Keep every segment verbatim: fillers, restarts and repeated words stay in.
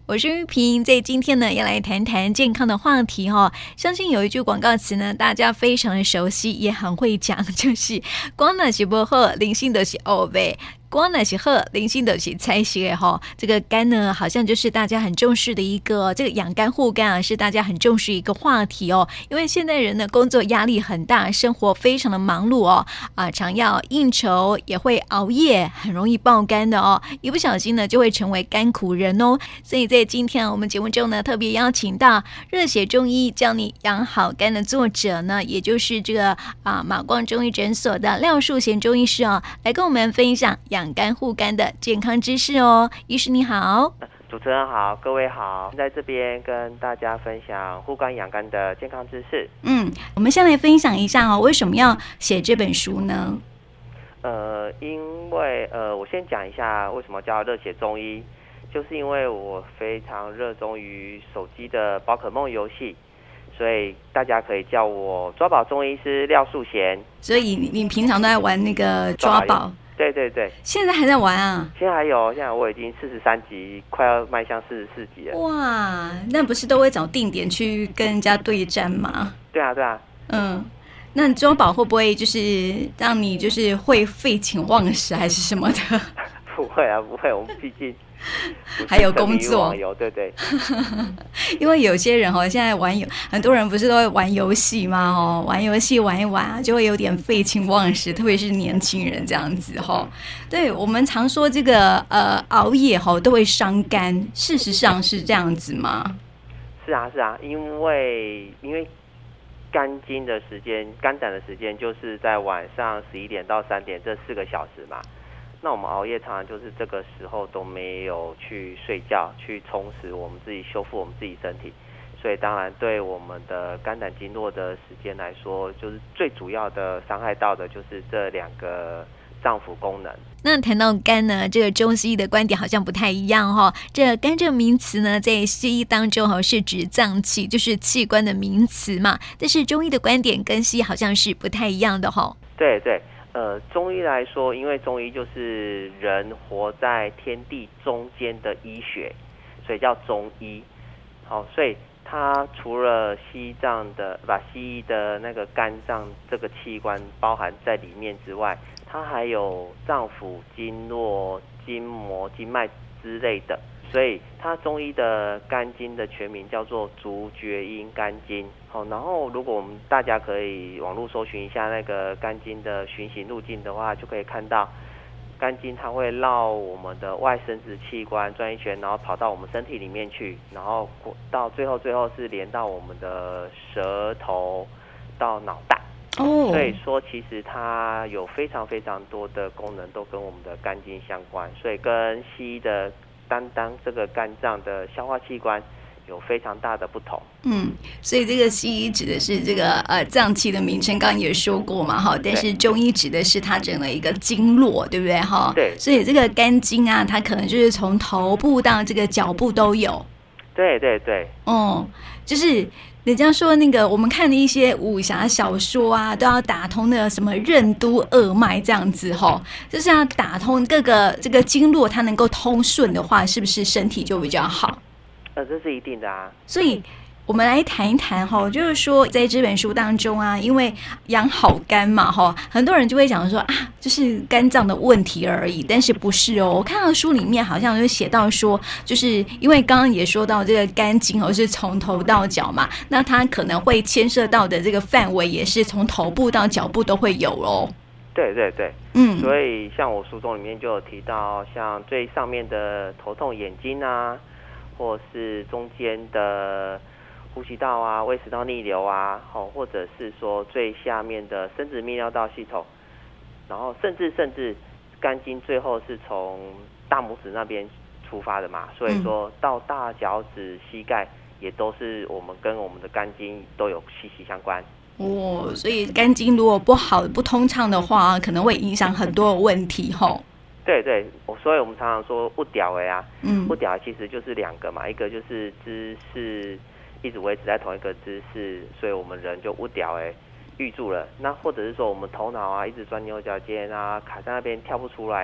我是玉萍，在今天呢要来谈谈健康的话题哦。相信有一句广告词呢，大家非常的熟悉，也很会讲，就是光那是不好，灵性都是黑白。光那是好，灵性都是菜色哈。这个肝呢，好像就是大家很重视的一个这个养肝护肝啊，是大家很重视一个话题哦。因为现代人呢，工作压力很大，生活非常的忙碌哦，啊，常要应酬，也会熬夜，很容易爆肝的哦。一不小心呢，就会成为甘苦人哦。所以在今天我们节目中呢，特别邀请到热血中医教你养好肝的作者呢，也就是这个啊马光中医诊所的廖树贤中医师哦，来跟我们分享养养肝护肝的健康知识哦。医师你好。 主持人好，各位好，在这边跟大家分享护肝养肝的健康知识。 嗯，我们先来分享一下哦，为什么要写这本书呢？ 呃，因为呃，我先讲一下为什么叫热血中医，就是因为我非常热衷于手机的宝可梦游戏，所以大家可以叫我抓宝中医师廖树贤。 所以你你平常都在玩那个抓宝？ 对对对， 现在还在玩啊？ 现在还有，现在我已经四十三集，快要迈向四十四集了。 哇，那不是都会找定点去跟人家对战吗？ 对啊，对啊。 嗯，那抓宝会不会就是让你就是会废寝忘食还是什么的？ 不会啊，不会，我们毕竟还有工作， 对对。 因为有些人哦，现在玩游，很多人不是都会玩游戏吗？哦，玩游戏玩一玩啊，就会有点废寝忘食，特别是年轻人这样子哈、哦。对，我们常说这个呃熬夜哈、哦、都会伤肝，事实上是这样子吗？ 是啊是啊，因为因为肝经的时间、肝胆的时间就是在晚上十一点到三点这四个小时嘛。那我们熬夜常常就是这个时候都没有去睡觉，去充实我们自己、修复我们自己身体，所以当然对我们的肝胆经络的时间来说，就是最主要的伤害到的就是这两个脏腑功能。 那谈到肝呢，这个中西医的观点好像不太一样哈、哦。这肝这个名词呢，在西医当中哈是指脏器，就是器官的名词嘛。但是中医的观点跟西医好像是不太一样的哈、哦。 对对。呃，中医来说，因为中医就是人活在天地中间的医学，所以叫中医。好，所以它除了西藏的把西医的那个肝脏这个器官包含在里面之外，它还有脏腑、经络、筋膜、经脉之类的。所以它中医的肝经的全名叫做足厥阴肝经。好，然后如果我们大家可以网络搜寻一下那个肝经的循行路径的话，就可以看到肝经它会绕我们的外生殖器官转一圈，然后跑到我们身体里面去，然后到最后最后是连到我们的舌头到脑袋。哦，所以说其实它有非常非常多的功能都跟我们的肝经相关，所以跟西医的单单这个肝脏的消化器官有非常大的不同。 嗯，所以这个西医指的是这个呃脏器的名称，刚刚也说过嘛哈，但是中医指的是它整个一个经络，对不对哈？ 对。 所以这个肝经啊，它可能就是从头部到这个脚部都有。 对对对。 哦、嗯，就是人家说那个我们看的一些武侠小说啊，都要打通那个什么任督二脉这样子哈，就是要打通各个这个经络，它能够通顺的话，是不是身体就比较好？ 呃，这是一定的啊。 所以我们来谈一谈哈，就是说在这本书当中啊，因为养好肝嘛哈，很多人就会讲说啊，就是肝脏的问题而已，但是不是哦？我看到书里面好像有写到说，就是因为刚刚也说到这个肝经哦是从头到脚嘛，那它可能会牵涉到的这个范围也是从头部到脚部都会有哦。 对对对，嗯，所以像我书中里面就有提到，像最上面的头痛、眼睛啊，或是中间的呼吸道啊、胃食道逆流啊，或者是说最下面的生殖泌尿道系统，然后甚至甚至肝经最后是从大拇指那边出发的嘛，所以说到大脚趾、膝盖也都是我们跟我们的肝经都有息息相关。 哦，所以肝经如果不好、不通畅的话，可能会影响很多的问题吼。 对对，所以我们常常说不屌哎啊，嗯，不屌其实就是两个嘛，一个就是姿势一直维持在同一个姿势，所以我们人就不屌哎郁住了。那或者是说我们头脑啊一直钻牛角尖啊，卡在那边跳不出来啊，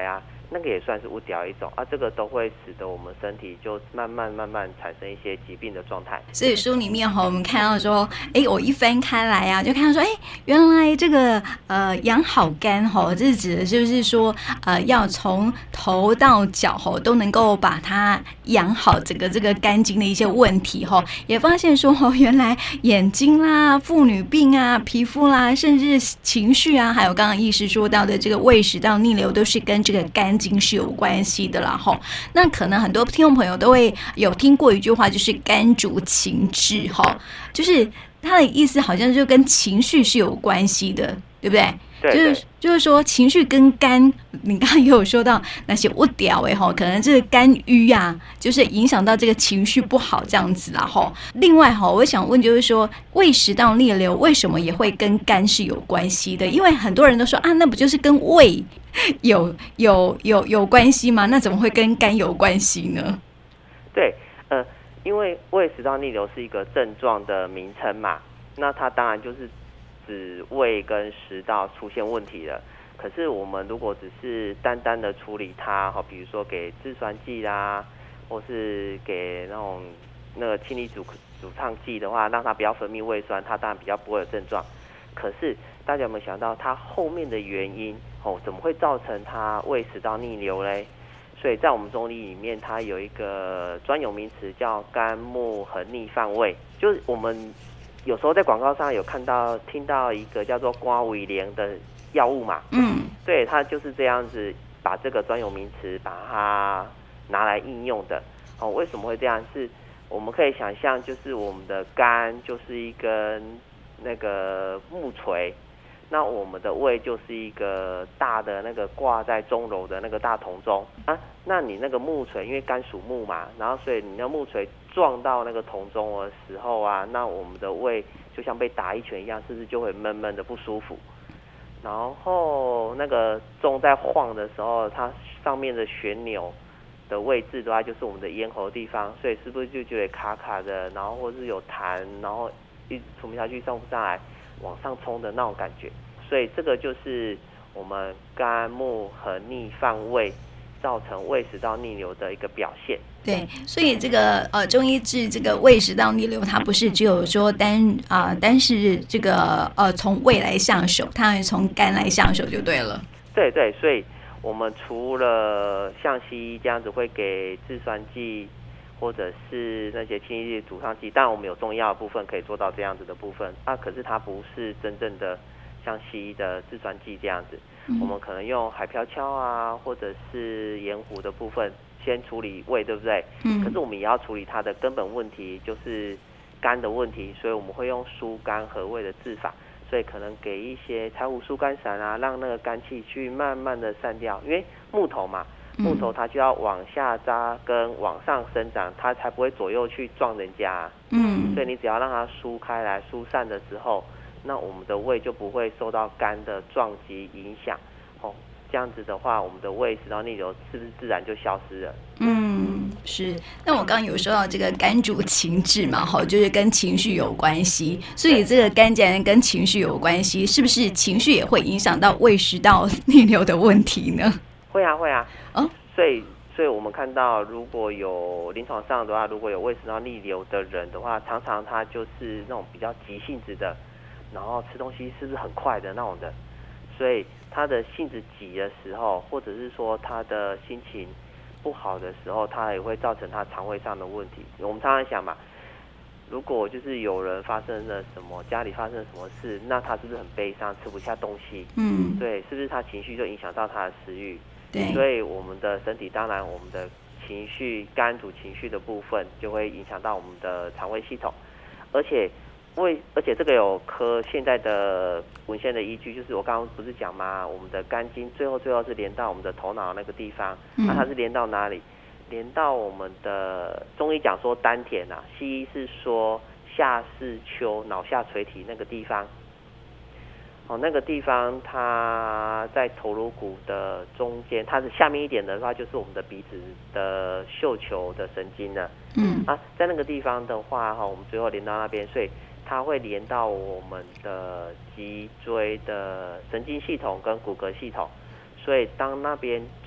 那个也算是误调一种啊，这个都会使得我们身体就慢慢慢慢产生一些疾病的状态。 所以书里面哈，我们看到说，哎，我一翻开来啊，就看到说，哎，原来这个呃养好肝哈，这是指的就是说，呃，要从头到脚哈都能够把它养好，整个这个肝经的一些问题哈，也发现说，哦，原来眼睛啦、妇女病啊、皮肤啦，甚至情绪啊，还有刚刚医师说到的这个胃食道逆流，都是跟这个肝经是有关系的啦哈。那可能很多听众朋友都会有听过一句话，就是肝主情志哈，就是他的意思好像就跟情绪是有关系的，对不对？ 对对， 就是就是说情绪跟肝，你刚刚也有说到那些误调哎哈，可能这个肝郁啊，就是影响到这个情绪不好这样子啦哈。另外哈，我想问就是说，胃食道逆流为什么也会跟肝是有关系的？因为很多人都说啊，那不就是跟胃有有有有关系吗？那怎么会跟肝有关系呢？ 对，呃，因为胃食道逆流是一个症状的名称嘛，那它当然就是指胃跟食道出现问题了。可是我们如果只是单单的处理它，好，比如说给制酸剂啦，或是给那种那个氢离阻阻抗剂的话，让它不要分泌胃酸，它当然比较不会有症状。可是大家有没有想到它后面的原因？哦，怎么会造成它胃食道逆流嘞？所以在我们中医里面，它有一个专有名词叫肝木横逆犯胃，就是我们有时候在广告上有看到、听到一个叫做瓜维莲的药物嘛， 嗯， 对，它就是这样子把这个专有名词把它拿来应用的。哦，为什么会这样？是我们可以想象，就是我们的肝就是一根那个木锤。那我们的胃就是一个大的那个挂在钟楼的那个大铜钟啊，那你那个木锤，因为肝属木嘛，然后所以你那木锤撞到那个铜钟的时候啊，那我们的胃就像被打一拳一样，是不是就会闷闷的不舒服？然后那个钟在晃的时候，它上面的旋钮的位置的话，就是我们的咽喉地方，所以是不是就觉得卡卡的，然后或是有痰，然后一冲不下去，上不上来，往上冲的那种感觉？所以这个就是我们肝木横逆犯胃，造成胃食道逆流的一个表现。 对，所以这个呃中医治这个胃食道逆流，它不是只有说单啊、呃、单是这个呃从胃来下手，它会从肝来下手就对了。 对对，所以我们除了像西医这样子会给制酸剂，或者是那些氢离阻抗剂，当然我们有中药的部分可以做到这样子的部分啊，可是它不是真正的像西医的制酸剂这样子，嗯、我们可能用海飘敲啊，或者是盐湖的部分先处理胃，对不对？嗯。可是我们也要处理它的根本问题，就是肝的问题，所以我们会用疏肝和胃的治法，所以可能给一些柴胡疏肝散啊，让那个肝气去慢慢的散掉，因为木头嘛。木头它就要往下扎根往上生长，它才不会左右去撞人家。嗯，所以你只要让它疏开来、疏散的时候，那我们的胃就不会受到肝的撞击影响。哦，这样子的话，我们的胃食道逆流是不是自然就消失了？ 嗯，是。那我刚刚有说到这个肝主情志嘛，哈，就是跟情绪有关系。所以这个肝既然跟情绪有关系，是不是情绪也会影响到胃食道逆流的问题呢？ 会啊，会啊。哦，所以，所以我们看到，如果有临床上的话，如果有胃食道逆流的人的话，常常他就是那种比较急性子的，然后吃东西是不是很快的那种的，所以他的性子急的时候，或者是说他的心情不好的时候，他也会造成他肠胃上的问题。我们常常想嘛，如果就是有人发生了什么，家里发生了什么事，那他是不是很悲伤，吃不下东西？嗯，对，是不是他情绪就影响到他的食欲？所以我们的身体，当然我们的情绪、肝主情绪的部分，就会影响到我们的肠胃系统。而且为而且这个有科现在的文献的依据，就是我刚刚不是讲吗？我们的肝经最后最后是连到我们的头脑那个地方，那、嗯啊、它是连到哪里？连到我们的中医讲说丹田啊，西医是说下视丘脑下垂体那个地方。哦，那个地方它在头颅骨的中间，它是下面一点的话，就是我们的鼻子的嗅球的神经了。嗯啊，在那个地方的话，哈，我们最后连到那边，所以它会连到我们的脊椎的神经系统跟骨骼系统。所以当那边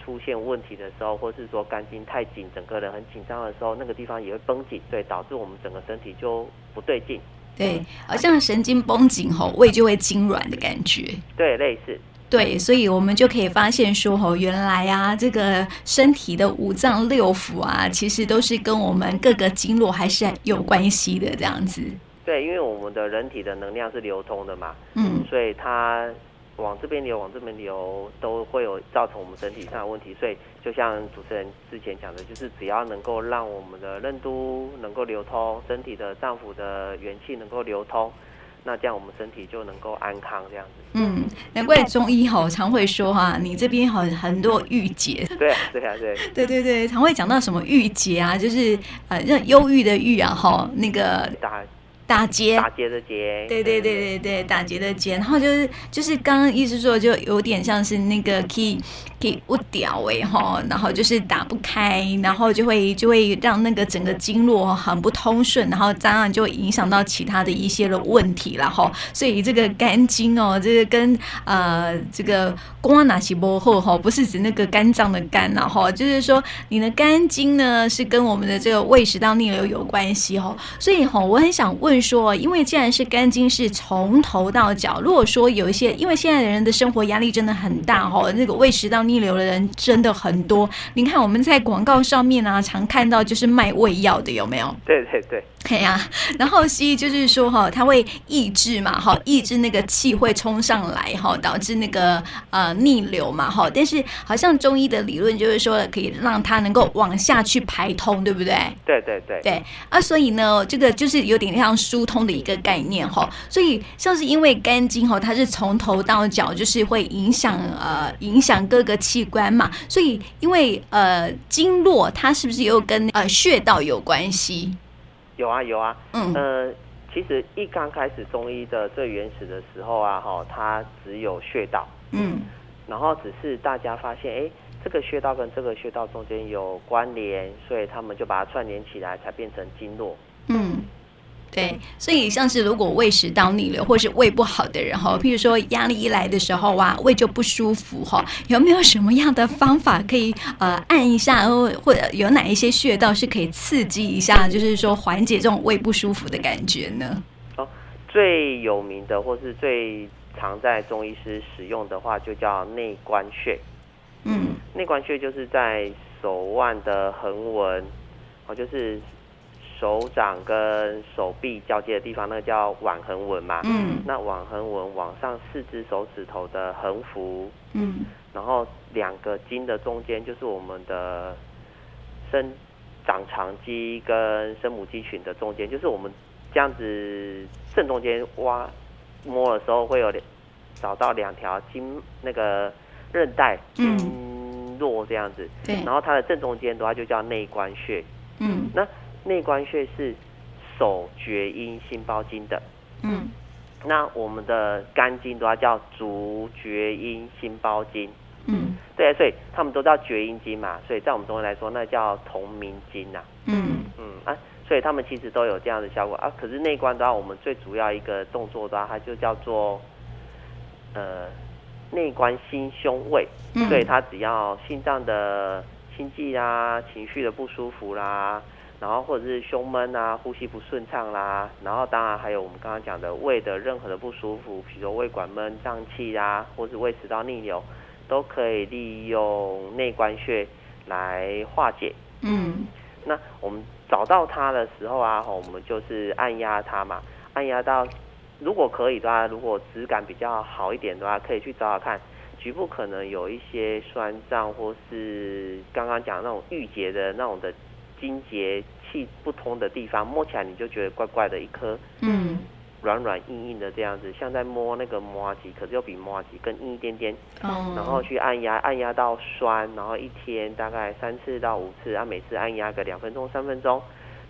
出现问题的时候，或是说肝经太紧，整个人很紧张的时候，那个地方也会绷紧，对，导致我们整个身体就不对劲。 对，好像神经绷紧吼，胃就会痉挛的感觉。 对，类似。 对，所以我们就可以发现说吼，原来啊，这个身体的五脏六腑啊，其实都是跟我们各个经络还是有关系的这样子。 对，因为我们的人体的能量是流通的嘛， 嗯， 所以它往这边流，往这边流，都会有造成我们身体上的问题。所以就像主持人之前讲的，就是只要能够让我们的任督能够流通，身体的脏腑的元气能够流通，那这样我们身体就能够安康这样子。 嗯，难怪中医吼常会说哈，你这边很很多郁结。 对啊，对啊，对。 对对对，常会讲到什么郁结啊，就是呃，那忧郁的郁啊，哈，那个打打结， 打结的结。 对对对对对，打结的结，然后就是就是刚刚意思说，就有点像是那个可以可以不掉哎哈，然后就是打不开，然后就会就会让那个整个经络很不通顺，然后当然就会影响到其他的一些的问题了哈。所以这个肝经哦，这个跟呃这个肝哪些不好哈，不是指那个肝脏的肝呐哈，就是说你的肝经呢是跟我们的这个胃食道逆流有关系哈。所以哈，我很想问说，因为既然是肝经是从头到脚，如果说有一些，因为现在的人的生活压力真的很大哈，那个胃食道逆流的人真的很多。您看我们在广告上面啊，常看到就是卖胃药的，有没有？ 对对对。 对呀、啊，然后西医就是说哈，它会抑制嘛，哈，抑制那个气会冲上来哈，导致那个呃逆流嘛，哈。但是好像中医的理论就是说，可以让它能够往下去排通，对不对？ 对对对。 对啊，所以呢，这个就是有点像疏通的一个概念哈。所以像是因为肝经哈，它是从头到脚，就是会影响呃影响各个器官嘛，所以因为呃经络它是不是又跟呃穴道有关系？ 有啊有啊， 嗯呃，其实一刚开始中医的最原始的时候啊，哈，它只有穴道， 嗯， 然后只是大家发现，哎，这个穴道跟这个穴道中间有关联，所以他们就把它串联起来，才变成经络。 嗯。对，所以像是如果胃食道逆流或是胃不好的人哈，譬如说压力一来的时候啊，胃就不舒服哈，有没有什么样的方法可以呃按一下，或者有哪一些穴道是可以刺激一下，就是说缓解这种胃不舒服的感觉呢？ 哦，最有名的或是最常在中医师使用的话，就叫内关穴。 嗯， 内关穴就是在手腕的横纹，哦，就是手掌跟手臂交接的地方，那个叫腕横纹嘛。 嗯， 那腕横纹往上四只手指头的横幅， 嗯， 然后两个筋的中间就是我们的生长长肌跟生母肌群的中间，就是我们这样子正中间挖摸的时候会有找到两条筋那个韧带经络这样子。 对， 然后它的正中间的话就叫内关穴。 嗯， 那内关穴是手厥阴心包经的。 嗯， 那我们的肝经的话叫足厥阴心包经。 嗯， 对，所以他们都叫厥阴经嘛，所以在我们中医来说，那叫同名经呐、啊。 嗯嗯啊，所以他们其实都有这样的效果啊。可是内关的话，我们最主要一个动作的话，它就叫做呃内关心胸胃。嗯，所以它只要心脏的心悸啦、情绪的不舒服啦，然后或者是胸闷啊、呼吸不顺畅啦，然后当然还有我们刚刚讲的胃的任何的不舒服，比如说胃管闷、胀气啦，或是胃食道逆流，都可以利用内关穴来化解。 嗯， 那我们找到它的时候啊，我们就是按压它嘛，按压到如果可以的话，如果质感比较好一点的话，可以去找找看局部可能有一些酸胀，或是刚刚讲那种郁结的那种的筋结气不通的地方，摸起来你就觉得怪怪的一颗， 嗯， 软软硬硬的这样子，像在摸那个麻糬，可是又比麻糬更硬一点点。 哦， 然后去按压，按压到酸，然后一天大概三次到五次，啊，每次按压个两分钟、三分钟，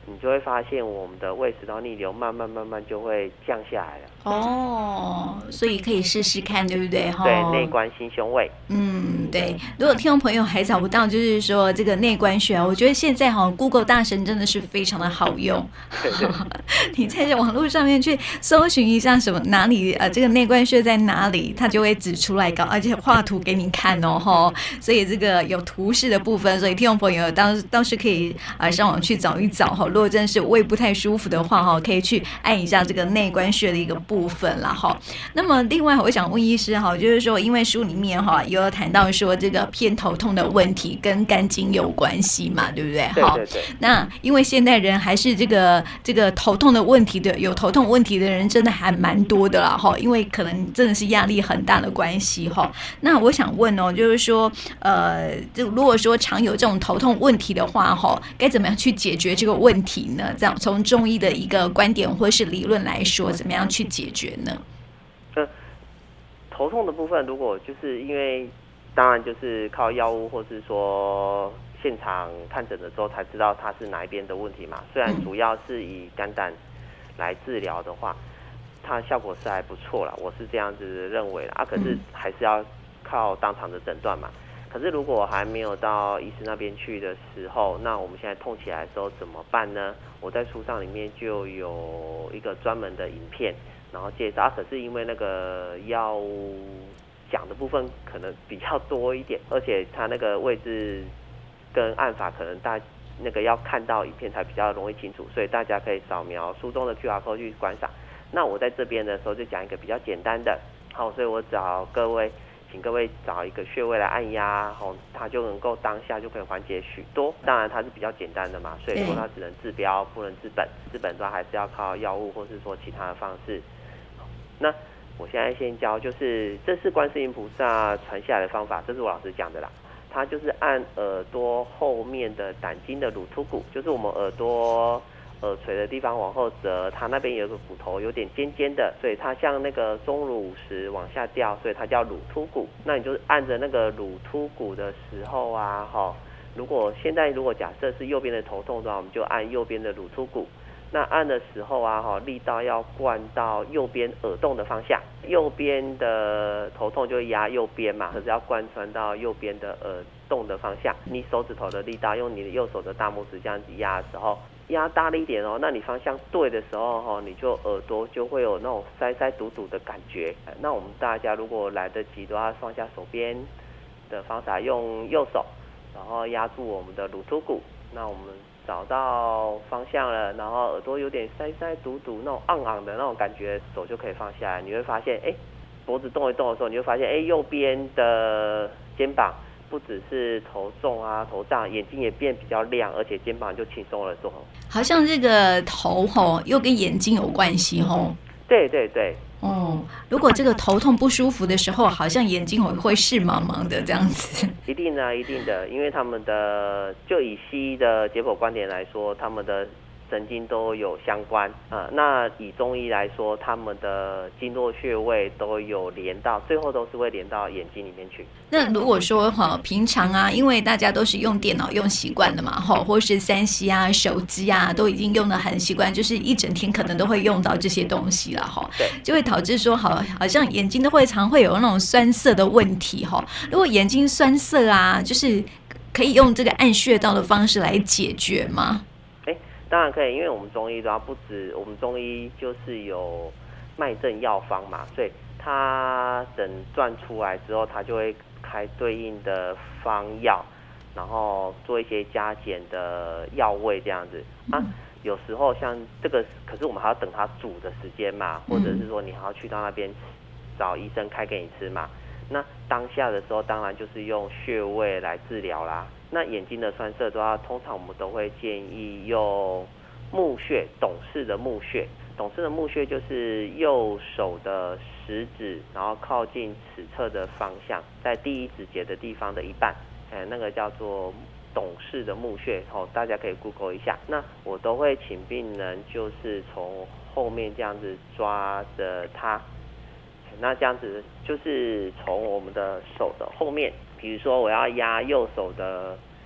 你就会发现我们的胃食道逆流慢慢慢慢就会降下来了。 哦，所以可以试试看，对不对？ 对，内关心胸胃。 嗯，对。如果听众朋友还找不到，就是说这个内关穴，我觉得现在哈 Google 大神真的是非常的好用。 对对你在网络上面去搜寻一下什么哪里呃这个内关穴在哪里，它就会指出来搞，而且画图给你看哦哈。所以这个有图示的部分，所以听众朋友当当时可以啊、呃、上网去找一找哈。如果真的是胃不太舒服的话哈，可以去按一下这个内关穴的一个部分啦哈。那么另外我想问医师哈，就是说因为书里面哈也有谈到说这个偏头痛的问题跟肝经有关系嘛，对不对？ 对对对。 那因为现代人还是这个这个头痛的问题的，有头痛问题的人真的还蛮多的啦哈，因为可能真的是压力很大的关系哈。那我想问哦，就是说呃，就如果说常有这种头痛问题的话哈，该怎么样去解决这个问题呢？这样从中医的一个观点或是理论来说，怎么样去解决呢？ 呃，头痛的部分，如果就是因为当然就是靠药物，或是说现场看诊的时候才知道它是哪一边的问题嘛。虽然主要是以肝胆来治疗的话，它效果是还不错啦，我是这样子认为啦。啊，可是还是要靠当场的诊断嘛。可是如果还没有到医师那边去的时候，那我们现在痛起来的时候怎么办呢？我在书上里面就有一个专门的影片，然后介绍。啊，可是因为那个要讲的部分可能比较多一点，而且它那个位置跟按法可能大那个要看到影片才比较容易清楚，所以大家可以扫描书中的 Q R code 去观赏。那我在这边的时候就讲一个比较简单的，好，所以我找各位。请各位找一个穴位来按压，哦，它就能够当下就可以缓解许多。当然它是比较简单的嘛，所以说它只能治标不能治本，治本的话还是要靠药物或是说其他的方式。那我现在先教，就是这是观世音菩萨传下来的方法，这是我老师讲的啦。它就是按耳朵后面的胆经的乳突骨，就是我们耳朵耳垂的地方往后折，它那边有个骨头有点尖尖的，所以它像那个钟乳石往下掉，所以它叫乳突骨。那你就按着那个乳突骨的时候啊，哈，如果现在如果假设是右边的头痛的话，我们就按右边的乳突骨。那按的时候啊，哈，力道要灌到右边耳洞的方向，右边的头痛就压右边嘛，可是要贯穿到右边的耳洞的方向。你手指头的力道，用你的右手的大拇指这样子压的时候，压大力一点哦，那你方向对的时候哈，你就耳朵就会有那种塞塞堵堵的感觉。那我们大家如果来得及的话，放下手边的方法，用右手，然后压住我们的乳突骨。那我们找到方向了，然后耳朵有点塞塞堵堵那种昂昂的那种感觉，手就可以放下来。你会发现，哎，脖子动一动的时候，你会发现，哎，右边的肩膀不只是头重啊、头胀，眼睛也变比较亮，而且肩膀就轻松了之后， 好像这个头吼又跟眼睛有关系吼。 对对对。 哦，如果这个头痛不舒服的时候，好像眼睛会视茫茫的这样子。 一定的，一定的，因为他们的就以西医的解剖观点来说，他们的神经都有相关啊、呃。那以中医来说，他们的经络穴位都有连到，最后都是会连到眼睛里面去。 那如果说哈，平常啊，因为大家都是用电脑用习惯了嘛，哈，或是三 C 啊、手机啊，都已经用得很习惯，就是一整天可能都会用到这些东西了哈， 对， 就会导致说好，好像眼睛都会常会有那种酸涩的问题哈。如果眼睛酸涩啊，就是可以用这个按穴道的方式来解决吗？ 当然可以，因为我们中医的话，不止我们中医就是有脉症药方嘛，所以它诊断出来之后，它就会开对应的方药，然后做一些加减的药味这样子啊。有时候像这个，可是我们还要等它煮的时间嘛，或者是说你还要去到那边找医生开给你吃嘛。那当下的时候，当然就是用穴位来治疗啦。那眼睛的酸涩的话，通常我们都会建议用目穴，董氏的目穴。董氏的目穴就是右手的食指，然后靠近尺侧的方向，在第一指节的地方的一半，哎，那个叫做董氏的目穴。哦，大家可以 Google 一下。那我都会请病人就是从后面这样子抓着它。那这样子就是从我们的手的后面，比如说我要压右手的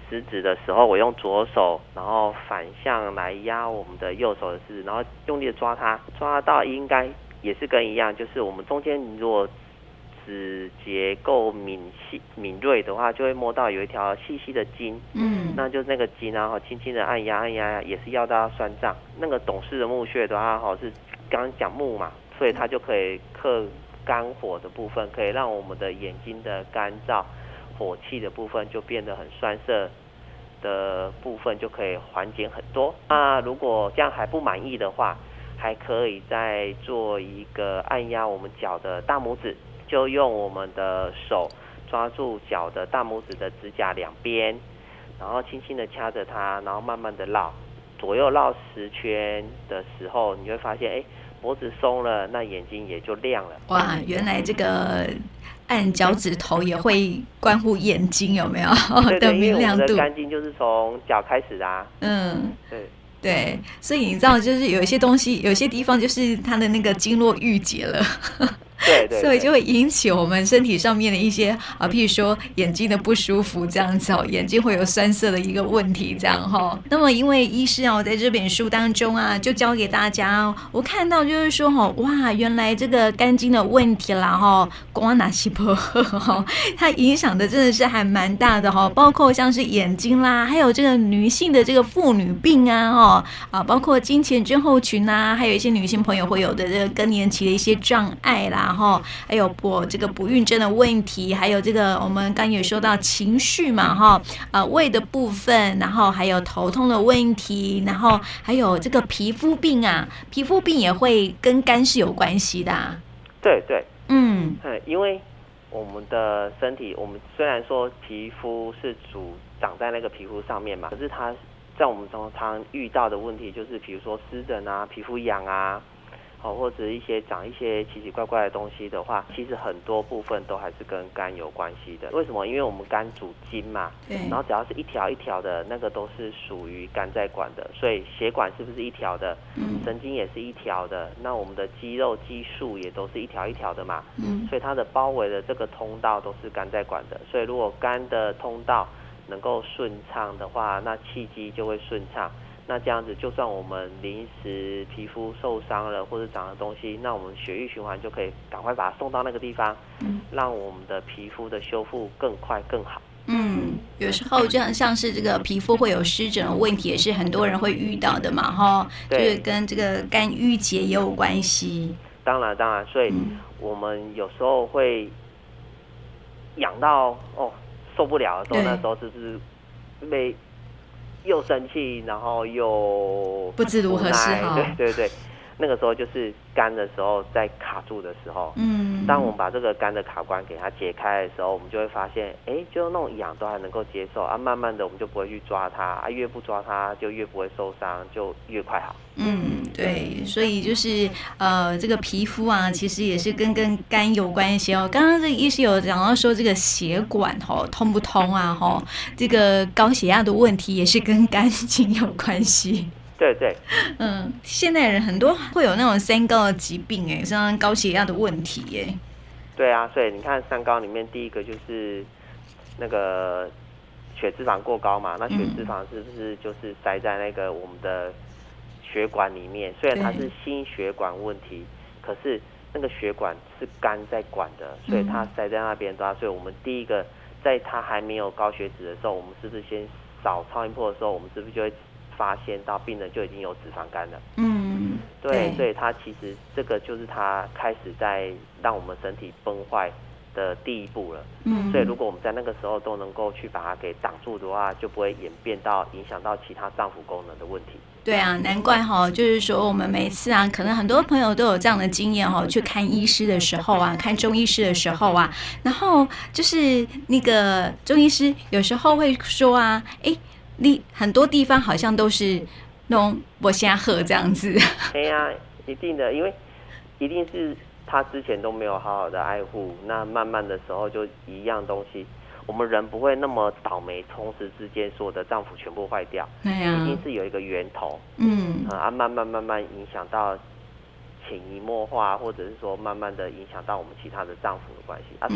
食指的时候，我用左手，然后反向来压我们的右手的食指，然后用力的抓它，抓到应该也是跟一样，就是我们中间如果指节够敏细敏锐的话，就会摸到有一条细细的筋，嗯，那就那个筋然后轻轻的按压按压，也是要到酸胀。那个懂事的木穴的话，哈是刚刚讲木嘛，所以它就可以克肝火的部分，可以让我们的眼睛的干燥、火气的部分就变得很酸涩的部分就可以缓解很多。那如果这样还不满意的话，还可以再做一个按压我们脚的大拇指。就用我们的手抓住脚的大拇指的指甲两边，然后轻轻的掐着它，然后慢慢的绕，左右绕十圈的时候，你会发现，哎，脖子松了，那眼睛也就亮了。 哇，原来这个按脚趾头也会关乎眼睛有没有的明亮度？ 对对，因为我们的肝经就是从脚开始的啊。 嗯， 对。 对，所以你知道，就是有一些东西，有些地方就是它的那个经络郁结了。 对 对, 对， 所以就会引起我们身体上面的一些啊，譬如说眼睛的不舒服这样子哦，眼睛会有酸涩的一个问题这样哈、哦。那么因为医师哦，在这本书当中啊，就教给大家哦，我看到就是说哈、哦，哇，原来这个肝经的问题啦哈、哦，光哪西婆哈，它影响的真的是还蛮大的哈、哦，包括像是眼睛啦，还有这个女性的这个妇女病啊哈啊，包括经前症候群啊，还有一些女性朋友会有的这个更年期的一些障碍啦。然后还有不这个不孕症的问题，还有这个我们刚有说到情绪嘛哈，呃胃的部分，然后还有头痛的问题，然后还有这个皮肤病啊，皮肤病也会跟肝是有关系的、啊。 对对， 嗯， 因为我们的身体，我们虽然说皮肤是主长在那个皮肤上面嘛，可是它在我们常常遇到的问题就是，比如说湿疹啊、皮肤痒啊。哦，或者一些长一些奇奇怪怪的东西的话，其实很多部分都还是跟肝有关系的。为什么？因为我们肝主筋嘛，对，然后只要是一条一条的，那个都是属于肝在管的。所以血管是不是一条的？嗯，神经也是一条的。那我们的肌肉、肌束也都是一条一条的嘛。嗯，所以它的包围的这个通道都是肝在管的。所以如果肝的通道能够顺畅的话，那气机就会顺畅。那这样子，就算我们临时皮肤受伤了或者长了东西，那我们血液循环就可以赶快把它送到那个地方，嗯，让我们的皮肤的修复更快更好。 嗯，有时候这样像是这个皮肤会有湿疹的问题，也是很多人会遇到的嘛，哈，就是跟这个肝郁结也有关系。 当然当然，所以我们有时候会痒到哦受不了的时候，那时候就是被。又生气，然后又不知如何是好。 对对对，那个时候就是肝的时候在卡住的时候。嗯，当我们把这个肝的卡关给它解开的时候，我们就会发现，哎，就那种痒都还能够接受啊。慢慢的，我们就不会去抓它啊，越不抓它就越不会受伤，就越快好。 嗯，对，所以就是呃，这个皮肤啊，其实也是跟跟肝有关系哦。刚刚这个医师有讲到说，这个血管吼、哦、通不通啊，吼、哦，这个高血压的问题也是跟肝经有关系。 对对， 嗯，现代人很多会有那种三高的疾病，哎，像高血压的问题，哎。 对啊，所以你看三高里面第一个就是那个血脂肪过高嘛，那血脂肪是不是就是塞在那个我们的血管里面？虽然它是心血管问题，可是那个血管是肝在管的，所以它塞在那边的话，所以我们第一个在它还没有高血脂的时候，我们是不是先扫超音波的时候，我们是不是就会发现到病人就已经有脂肪肝了？嗯，对，所以它其实这个就是它开始在让我们身体崩坏的第一步了。嗯，所以如果我们在那个时候都能够去把它给挡住的话，就不会演变到影响到其他脏腑功能的问题。 对啊，难怪哈，就是说我们每次啊，可能很多朋友都有这样的经验哈，去看医师的时候啊，看中医师的时候啊，然后就是那个中医师有时候会说啊，哎。你很多地方好像都是那种我瞎喝这样子。 对呀、啊，一定的，因为一定是他之前都没有好好的爱护，那慢慢的时候就一样东西，我们人不会那么倒霉，同时之间所有的脏腑全部坏掉，对啊，一定是有一个源头，嗯，啊，慢慢慢慢影响到潜移默化，或者是说慢慢的影响到我们其他的脏腑的关系啊，所以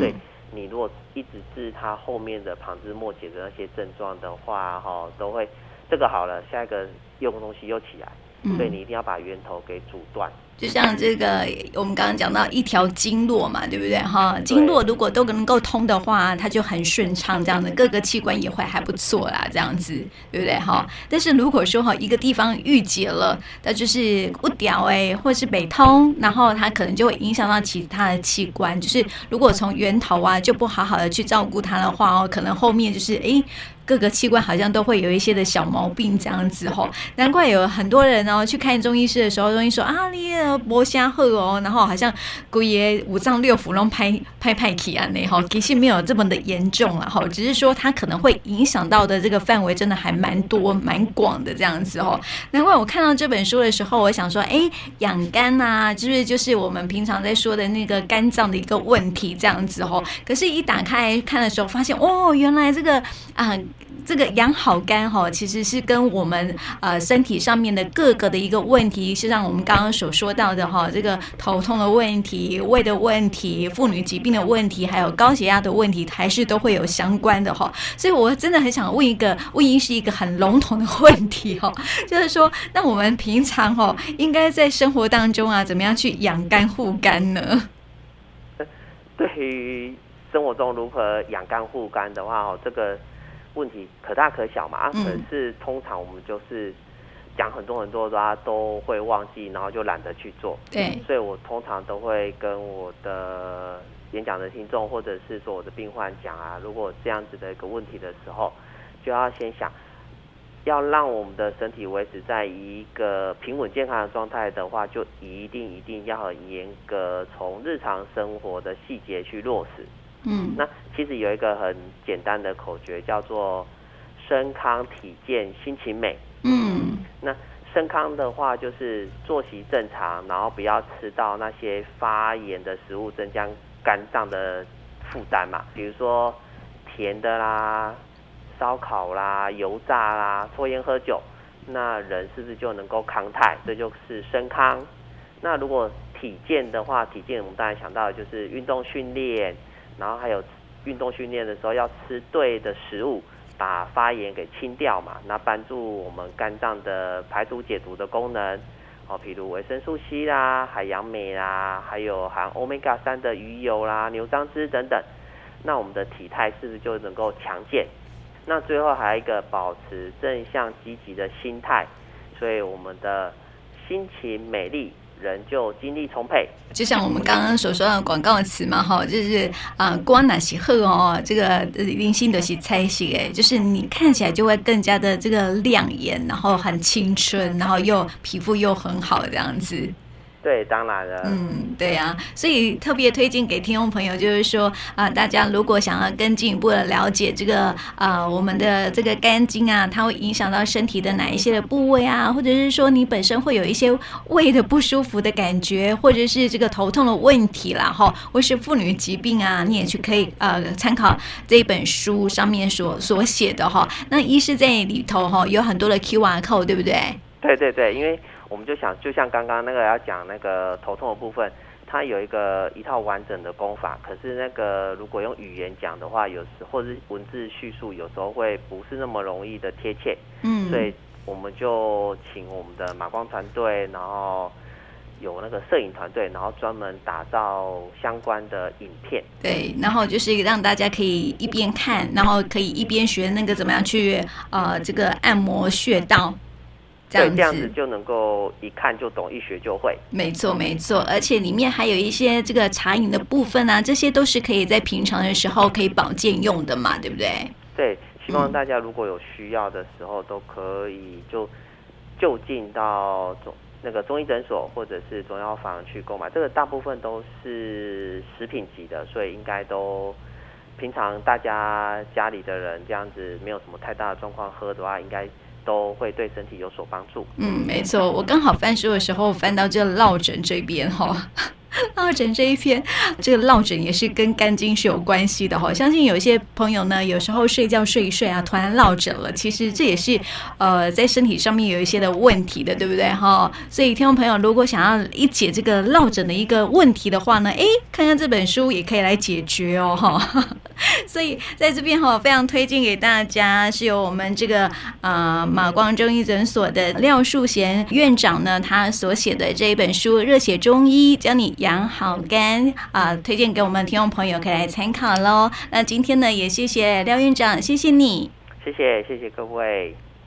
你如果一直治它后面的旁枝末节的那些症状的话，哈，都会这个好了，下一个用的东西又起来，嗯、所以你一定要把源头给阻断。 就像这个，我们刚刚讲到一条经络嘛，对不对？哈，经络如果都能够通的话，它就很顺畅，这样的各个器官也会还不错啦，这样子，对不对？哈，但是如果说哈一个地方郁结了，那就是不掉哎，或是北通，然后它可能就会影响到其他的器官。就是如果从源头啊就不好好的去照顾它的话哦，可能后面就是哎。各个器官好像都会有一些的小毛病这样子吼，难怪有很多人哦去看中医师的时候，中医说啊你没啥好哦，然后好像规个五脏六腑都拍拍拍起安呢哈，其实没有这么的严重啦哈，只是说它可能会影响到的这个范围真的还蛮多蛮广的这样子吼。难怪我看到这本书的时候，我想说，哎，养肝啊，是不是就是我们平常在说的那个肝脏的一个问题这样子吼？可是，一打开来看的时候，发现哦，原来这个啊。呃这个养好肝哈，其实是跟我们呃身体上面的各个的一个问题，是像我们刚刚所说到的哈，这个头痛的问题、胃的问题、妇女疾病的问题，还有高血压的问题，还是都会有相关的哈。所以我真的很想问一个，问医师一个很笼统的问题哈，就是说，那我们平常哈，应该在生活当中啊，怎么样去养肝护肝呢？ 对于生活中如何养肝护肝的话，哦，这个。问题可大可小嘛，嗯、可是通常我们就是讲很多很多的话都会忘记，然后就懒得去做。 对， 所以我通常都会跟我的演讲的听众，或者是说我的病患讲啊，如果这样子的一个问题的时候，就要先想，要让我们的身体维持在一个平稳健康的状态的话，就一定一定要很严格从日常生活的细节去落实。嗯，那其实有一个很简单的口诀，叫做身康体健心情美。嗯，那身康的话就是作息正常，然后不要吃到那些发炎的食物，增加肝脏的负担嘛，比如说甜的啦、烧烤啦、油炸啦、抽烟喝酒，那人是不是就能够康泰？这就是身康。那如果体健的话，体健我们当然想到的就是运动训练。然后还有运动训练的时候要吃对的食物，把发炎给清掉嘛，那帮助我们肝脏的排毒解毒的功能，哦，譬如维生素 C 啦、海洋镁啦，还有含 欧米伽三 的鱼油啦、牛樟芝等等，那我们的体态是不是就能够强健？那最后还有一个保持正向积极的心态，所以我们的心情美丽。人就精力充沛， 就像我们刚刚所说的广告词嘛，哈，就是啊，光哪些喝哦，这个零星的是菜系，哎，就是你看起来就会更加的这个亮眼，然后很青春，然后又皮肤又很好这样子。 对，当然了。 嗯，对啊，所以特别推荐给听众朋友，就是说啊、呃，大家如果想要更进一步的了解这个啊、呃，我们的这个肝经啊，它会影响到身体的哪一些的部位啊，或者是说你本身会有一些胃的不舒服的感觉，或者是这个头痛的问题啦，哈，或是妇女疾病啊，你也去可以呃参考这一本书上面所所写的哈。那医师在里头哈有很多的 Q R code， 对不对？ 对对对，因为。我们就想，就像刚刚那个要讲那个头痛的部分，它有一个一套完整的功法。可是那个如果用语言讲的话，有时或是文字叙述，有时候会不是那么容易的贴切。嗯，所以我们就请我们的马光团队，然后有那个摄影团队，然后专门打造相关的影片。 对，然后就是让大家可以一边看，然后可以一边学那个怎么样去呃这个按摩穴道。 对，这样子就能够一看就懂，一学就会。 没错，没错，而且里面还有一些这个茶饮的部分啊，这些都是可以在平常的时候可以保健用的嘛，对不对？ 对，希望大家如果有需要的时候，都可以就就近到中那个中医诊所或者是中药房去购买。这个大部分都是食品级的，所以应该都平常大家家里的人这样子没有什么太大的状况喝的话，应该。都会对身体有所帮助。 嗯，没错，我刚好翻书的时候翻到这落枕这边哈、哦， 落枕这一篇，这个落枕也是跟肝经是有关系的哈。相信有一些朋友呢，有时候睡觉睡一睡啊，突然落枕了，其实这也是呃在身体上面有一些的问题的，对不对哈？所以听众朋友如果想要一解这个落枕的一个问题的话呢，哎，看看这本书也可以来解决哦哈。所以在这边哈，非常推荐给大家，是由我们这个呃马光中医诊所的廖树贤院长呢，他所写的这一本书《热血中医教你养好肝》啊、呃，推荐给我们听众朋友可以来参考喽。那今天呢，也谢谢廖院长，谢谢你， 谢谢谢谢各位。